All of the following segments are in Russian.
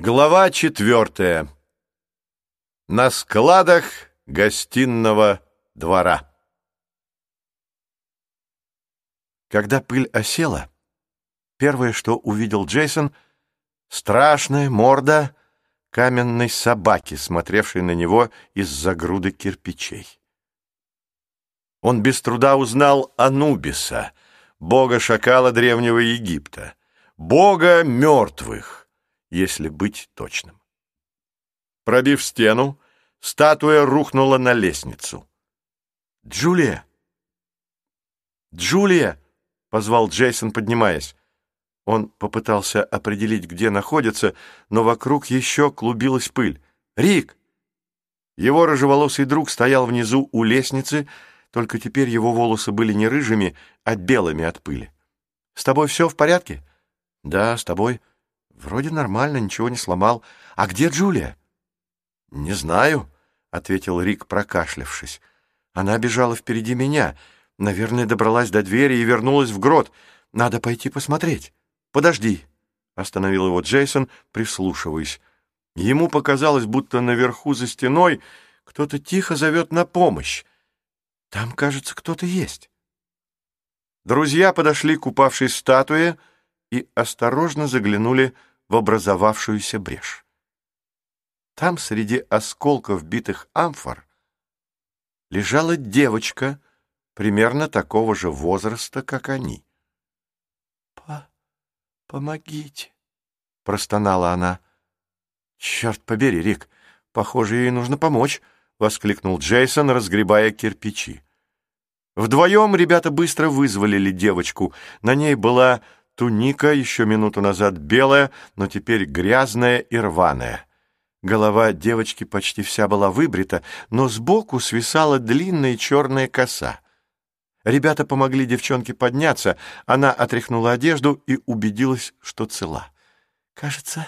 Глава 4. На складах гостиного двора. Когда пыль осела, первое, что увидел Джейсон, страшная морда каменной собаки, смотревшей на него из-за груды кирпичей. Он без труда узнал Анубиса, бога-шакала древнего Египта, бога мертвых, если быть точным. Пробив стену, статуя рухнула на лестницу. «Джулия! Джулия!» — позвал Джейсон, поднимаясь. Он попытался определить, где находится, но вокруг еще клубилась пыль. «Рик!» Его рыжеволосый друг стоял внизу у лестницы, только теперь его волосы были не рыжими, а белыми от пыли. «С тобой все в порядке?» «Да, с тобой. Вроде нормально, ничего не сломал. А где Джулия?» «Не знаю», — ответил Рик, прокашлявшись. «Она бежала впереди меня. Наверное, добралась до двери и вернулась в грот. Надо пойти посмотреть». «Подожди», — остановил его Джейсон, прислушиваясь. Ему показалось, будто наверху за стеной кто-то тихо зовет на помощь. Там, кажется, кто-то есть. Друзья подошли к упавшей статуе и осторожно заглянули в образовавшуюся брешь. Там, среди осколков битых амфор, лежала девочка примерно такого же возраста, как они. «Помогите», — простонала она. «Черт побери, Рик, похоже, ей нужно помочь», — воскликнул Джейсон, разгребая кирпичи. Вдвоем ребята быстро вызволили девочку. На ней была туника, еще минуту назад белая, но теперь грязная и рваная. Голова девочки почти вся была выбрита, но сбоку свисала длинная черная коса. Ребята помогли девчонке подняться, она отряхнула одежду и убедилась, что цела. «Кажется,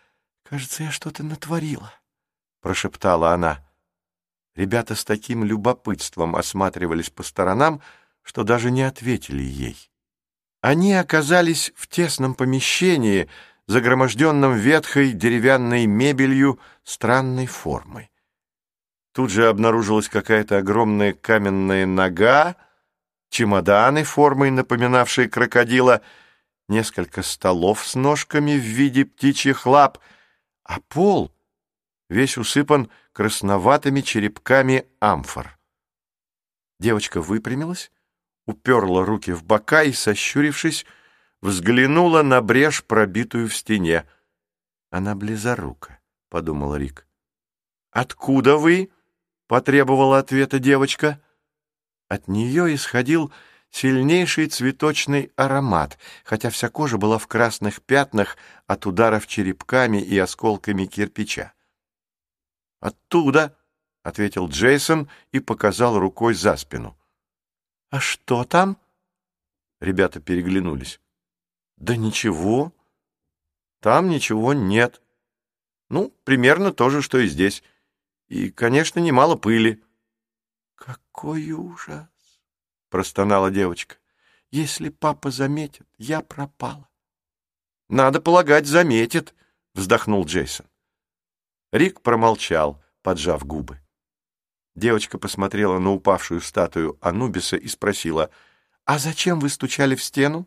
я что-то натворила», — прошептала она. Ребята с таким любопытством осматривались по сторонам, что даже не ответили ей. Они оказались в тесном помещении, загроможденном ветхой деревянной мебелью странной формы. Тут же обнаружилась какая-то огромная каменная нога, чемоданы формой, напоминавшие крокодила, несколько столов с ножками в виде птичьих лап, а пол весь усыпан красноватыми черепками амфор. Девочка выпрямилась, уперла руки в бока и, сощурившись, взглянула на брешь, пробитую в стене. «Она близорука», — подумал Рик. «Откуда вы?» — потребовала ответа девочка. От нее исходил сильнейший цветочный аромат, хотя вся кожа была в красных пятнах от ударов черепками и осколками кирпича. «Оттуда», — ответил Джейсон и показал рукой за спину. «А что там?» Ребята переглянулись. «Да ничего. Там ничего нет. Ну, примерно то же, что и здесь. И, конечно, немало пыли». «Какой ужас!» — простонала девочка. «Если папа заметит, я пропала». «Надо полагать, заметит», — вздохнул Джейсон. Рик промолчал, поджав губы. Девочка посмотрела на упавшую статую Анубиса и спросила: «А зачем вы стучали в стену?»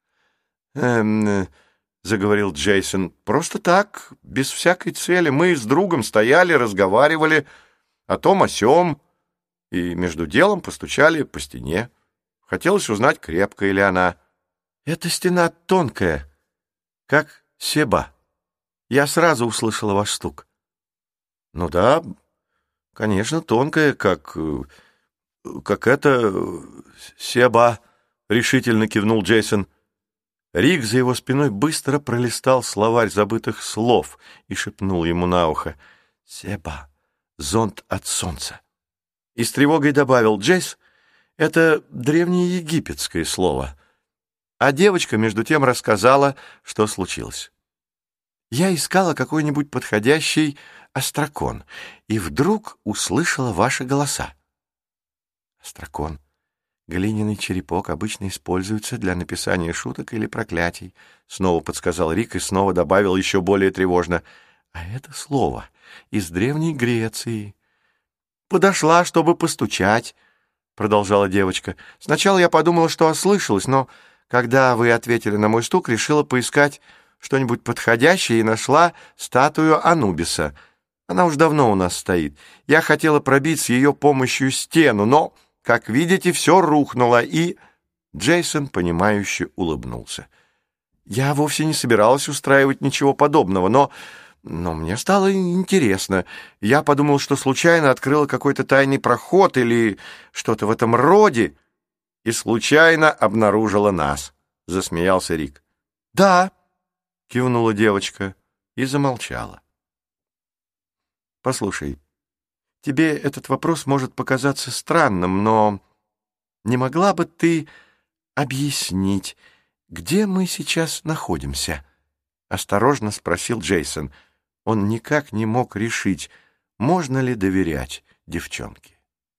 заговорил Джейсон, — «просто так, без всякой цели. Мы с другом стояли, разговаривали о том о сём, и между делом постучали по стене. Хотелось узнать, крепкая ли она». «Эта стена тонкая, как себа. Я сразу услышала ваш стук». «Ну да, конечно, тонкая, как эта себа», — решительно кивнул Джейсон. Рик за его спиной быстро пролистал словарь забытых слов и шепнул ему на ухо: «Себа, зонт от солнца». И с тревогой добавил: «Джейс, это древнеегипетское слово». А девочка между тем рассказала, что случилось. «Я искала какой-нибудь подходящий острокон, и вдруг услышала ваши голоса». «Острокон. Глиняный черепок обычно используется для написания шуток или проклятий», — снова подсказал Рик и снова добавил еще более тревожно: А это слово из Древней Греции. Подошла, чтобы постучать, продолжала девочка. Сначала я подумала, что ослышалась, но когда вы ответили на мой стук, решила поискать что-нибудь подходящее и нашла статую Анубиса. Она уж давно у нас стоит. Я хотела пробить с ее помощью стену, но, как видите, все рухнуло, и... Джейсон, понимающе улыбнулся. Я вовсе не собиралась устраивать ничего подобного, но мне стало интересно. Я подумал, что случайно открыла какой-то тайный проход или что-то в этом роде, и случайно обнаружила нас, — засмеялся Рик. — Да, — кивнула девочка и замолчала. — Послушай, тебе этот вопрос может показаться странным, но не могла бы ты объяснить, где мы сейчас находимся? — осторожно спросил Джейсон. Он никак не мог решить, можно ли доверять девчонке.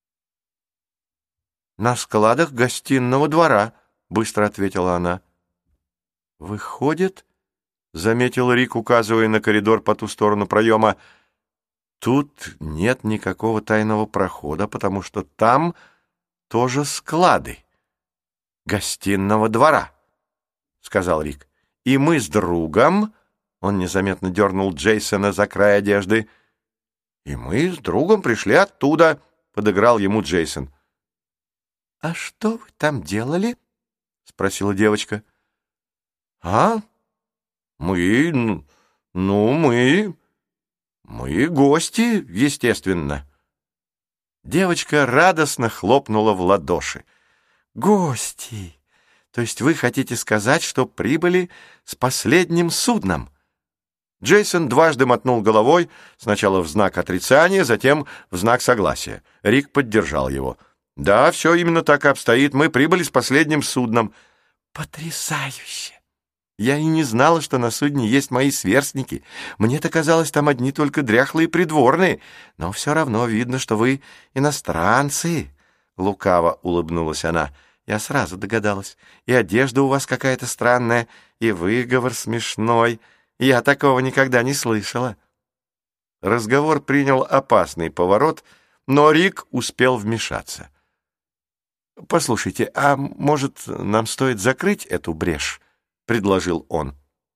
«На складах гостиного двора», — быстро ответила она. «Выходит, — заметил Рик, указывая на коридор по ту сторону проема, — тут нет никакого тайного прохода, потому что там тоже склады гостиного двора», — сказал Рик. «И мы с другом...» — он незаметно дернул Джейсона за край одежды. «И мы с другом пришли оттуда», — подыграл ему Джейсон. «А что вы там делали?» — спросила девочка. «А? Мы... мы гости, естественно». Девочка радостно хлопнула в ладоши. «Гости! То есть вы хотите сказать, что прибыли с последним судном?» Джейсон дважды мотнул головой, сначала в знак отрицания, затем в знак согласия. Рик поддержал его. «Да, все именно так и обстоит. Мы прибыли с последним судном». «Потрясающе! Я и не знала, что на судне есть мои сверстники. Мне-то казалось, там одни только дряхлые придворные. Но все равно видно, что вы иностранцы». Лукаво улыбнулась она. «Я сразу догадалась. И одежда у вас какая-то странная, и выговор смешной. Я такого никогда не слышала». Разговор принял опасный поворот, но Рик успел вмешаться. «Послушайте, а может, нам стоит закрыть эту брешь?» — предложил он.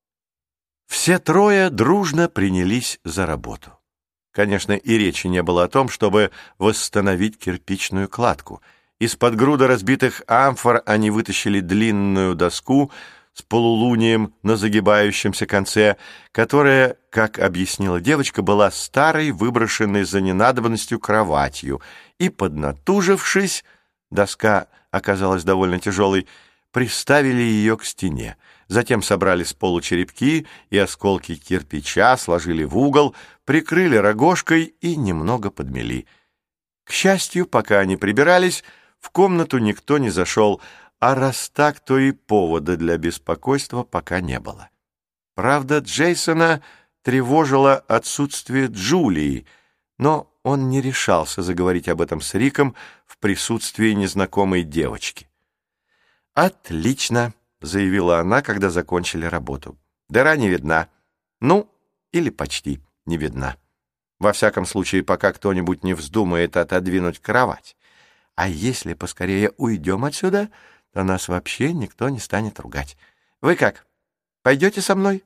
Все трое дружно принялись за работу. Конечно, и речи не было о том, чтобы восстановить кирпичную кладку. Из-под груда разбитых амфор они вытащили длинную доску с полулунием на загибающемся конце, которая, как объяснила девочка, была старой, выброшенной за ненадобностью кроватью, и, поднатужившись, доска оказалась довольно тяжелой, приставили ее к стене. Затем собрали с полу черепки и осколки кирпича, сложили в угол, прикрыли рогожкой и немного подмели. К счастью, пока они прибирались, в комнату никто не зашел, а раз так, то и повода для беспокойства пока не было. Правда, Джейсона тревожило отсутствие Джулии, но он не решался заговорить об этом с Риком в присутствии незнакомой девочки. «Отлично», — заявила она, когда закончили работу. «Дыра не видна. Ну, или почти не видна. Во всяком случае, пока кто-нибудь не вздумает отодвинуть кровать. А если поскорее уйдем отсюда, то нас вообще никто не станет ругать. Вы как, пойдете со мной?»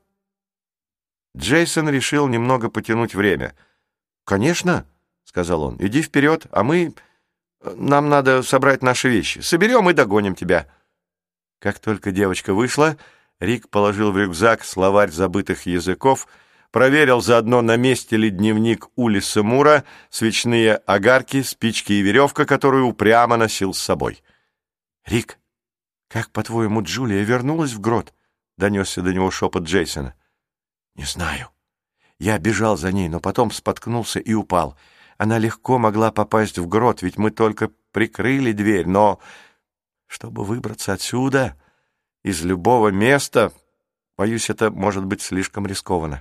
Джейсон решил немного потянуть время. «Конечно», — сказал он, — «иди вперед, а нам надо собрать наши вещи. Соберем и догоним тебя». Как только девочка вышла, Рик положил в рюкзак словарь забытых языков, проверил заодно, на месте ли дневник Улиса Мура, свечные огарки, спички и веревка, которую упрямо носил с собой. «Рик, как, по-твоему, Джулия вернулась в грот?» — донесся до него шепот Джейсона. «Не знаю. Я бежал за ней, но потом споткнулся и упал. Она легко могла попасть в грот, ведь мы только прикрыли дверь, но чтобы выбраться отсюда, из любого места, боюсь, это может быть слишком рискованно».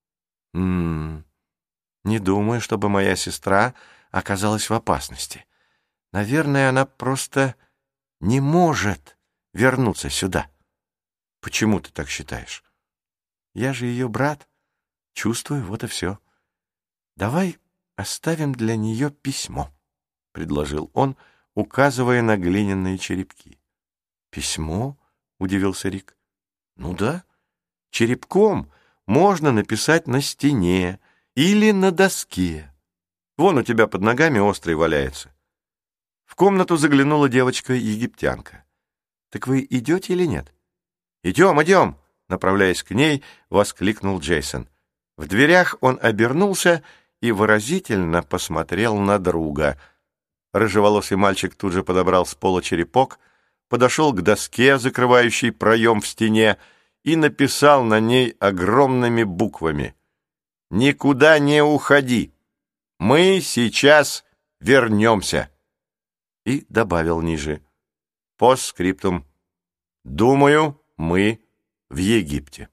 Не думаю, чтобы моя сестра оказалась в опасности. Наверное, она просто не может вернуться сюда». «Почему ты так считаешь?» «Я же ее брат. чувствую, вот и все. Давай оставим для нее письмо, — предложил он, указывая на глиняные черепки. Письмо? — удивился Рик. Ну да, черепком можно написать на стене или на доске. Вон у тебя под ногами острый валяется. В комнату заглянула девочка-египтянка. Так вы идете или нет? Идем, идем! Направляясь к ней, воскликнул Джейсон. В дверях он обернулся и выразительно посмотрел на друга. Рыжеволосый мальчик тут же подобрал с пола черепок, подошел к доске, закрывающей проем в стене, и написал на ней огромными буквами: «Никуда не уходи! Мы сейчас вернемся!» И добавил ниже: «Постскриптум. Думаю, мы в Египте».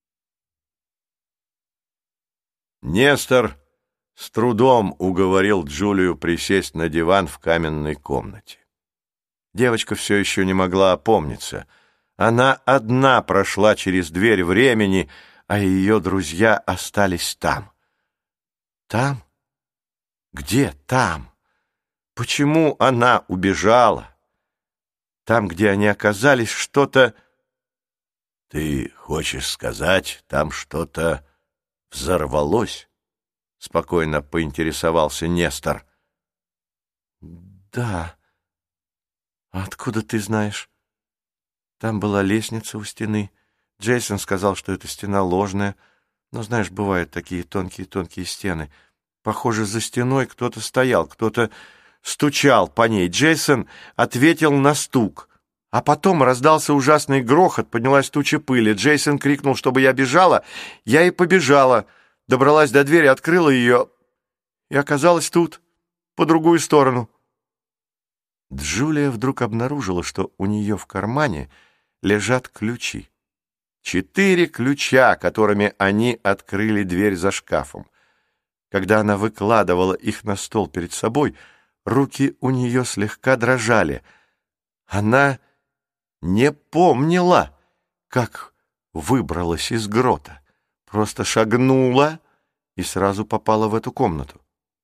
Нестор с трудом уговорил Джулию присесть на диван в каменной комнате. Девочка все еще не могла опомниться. Она одна прошла через дверь времени, а ее друзья остались там. Там? Где там? Почему она убежала? Там, где они оказались, что-то... «Ты хочешь сказать, там что-то взорвалось?» — спокойно поинтересовался Нестор. «Да. Откуда ты знаешь? Там была лестница у стены. Джейсон сказал, что эта стена ложная. Но, знаешь, бывают такие тонкие-тонкие стены. Похоже, за стеной кто-то стоял, кто-то стучал по ней. Джейсон ответил на стук. А потом раздался ужасный грохот, поднялась туча пыли. Джейсон крикнул, чтобы я бежала. Я и побежала. Добралась до двери, открыла ее и оказалась тут, по другую сторону». Джулия вдруг обнаружила, что у нее в кармане лежат ключи. 4 ключа, которыми они открыли дверь за шкафом. Когда она выкладывала их на стол перед собой, руки у нее слегка дрожали. Она не помнила, как выбралась из грота. Просто шагнула и сразу попала в эту комнату.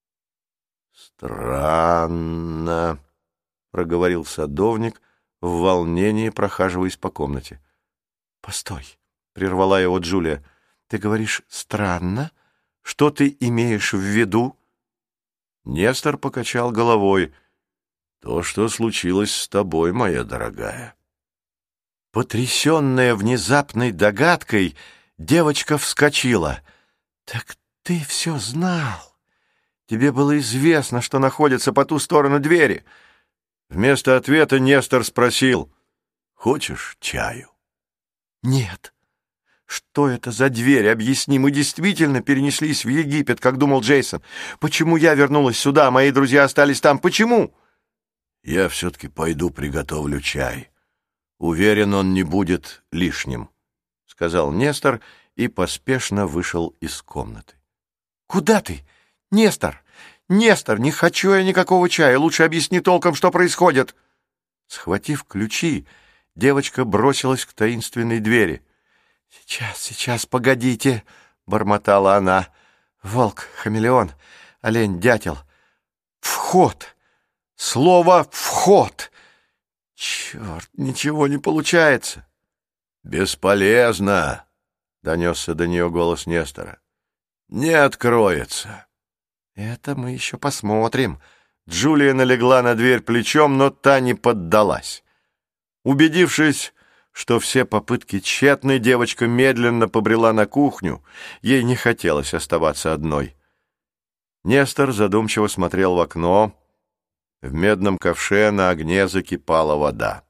«Странно», — проговорил садовник, в волнении прохаживаясь по комнате. «Постой», — прервала его Джулия. «Ты говоришь «странно»? Что ты имеешь в виду?» Нестор покачал головой. «То, что случилось с тобой, моя дорогая». Потрясенная внезапной догадкой, девочка вскочила. «Так ты все знал? Тебе было известно, что находится по ту сторону двери?» Вместо ответа Нестор спросил: «Хочешь чаю?» «Нет». «Что это за дверь? Объясни, мы действительно перенеслись в Египет, как думал Джейсон. Почему я вернулась сюда, а мои друзья остались там? Почему?» «Я все-таки пойду приготовлю чай. Уверен, он не будет лишним», — сказал Нестор и поспешно вышел из комнаты. «Куда ты? Нестор! Нестор, не хочу я никакого чая. Лучше объясни толком, что происходит». Схватив ключи, девочка бросилась к таинственной двери. «Сейчас, погодите», — бормотала она. «Волк, хамелеон, олень, дятел. Вход! Слово «вход». Черт, ничего не получается». «Бесполезно», — донесся до нее голос Нестора. «Не откроется». «Это мы еще посмотрим». Джулия налегла на дверь плечом, но та не поддалась. Убедившись, что все попытки тщетны, девочка медленно побрела на кухню. Ей не хотелось оставаться одной. Нестор задумчиво смотрел в окно. В медном ковше на огне закипала вода.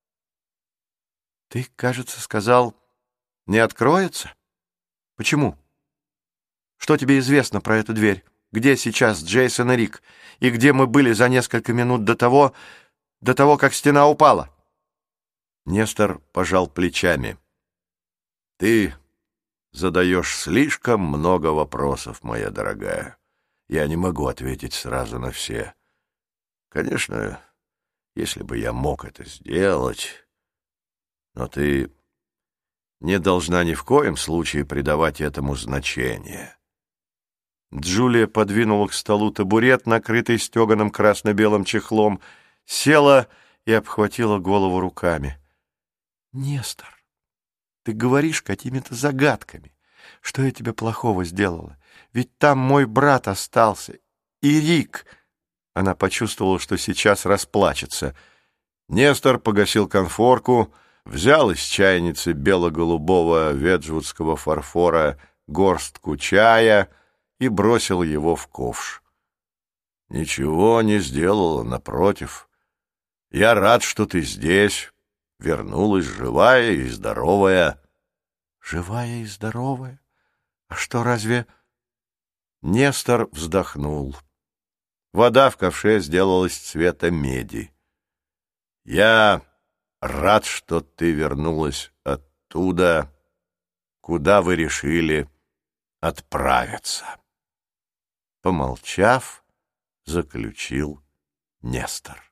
«Ты, кажется, сказал, не откроется? Почему? Что тебе известно про эту дверь? Где сейчас Джейсон и Рик? И где мы были за несколько минут до того, как стена упала?» Нестор пожал плечами. «Ты задаешь слишком много вопросов, моя дорогая. Я не могу ответить сразу на все. Конечно, если бы я мог это сделать, но ты не должна ни в коем случае придавать этому значения. Джулия подвинула к столу табурет, накрытый стеганым красно-белым чехлом, села и обхватила голову руками. «Нестор, ты говоришь какими-то загадками. Что я тебе плохого сделала? Ведь там мой брат остался. И Рик!» Она почувствовала, что сейчас расплачется. Нестор погасил конфорку, взял из чайницы бело-голубого веджвудского фарфора горстку чая и бросил его в ковш. «Ничего не сделала, напротив. Я рад, что ты здесь, вернулась живая и здоровая». «Живая и здоровая? А что, разве...» Нестор вздохнул. Вода в ковше сделалась цвета меди. «Я рад, что ты вернулась оттуда, куда вы решили отправиться», — помолчав, заключил Нестор.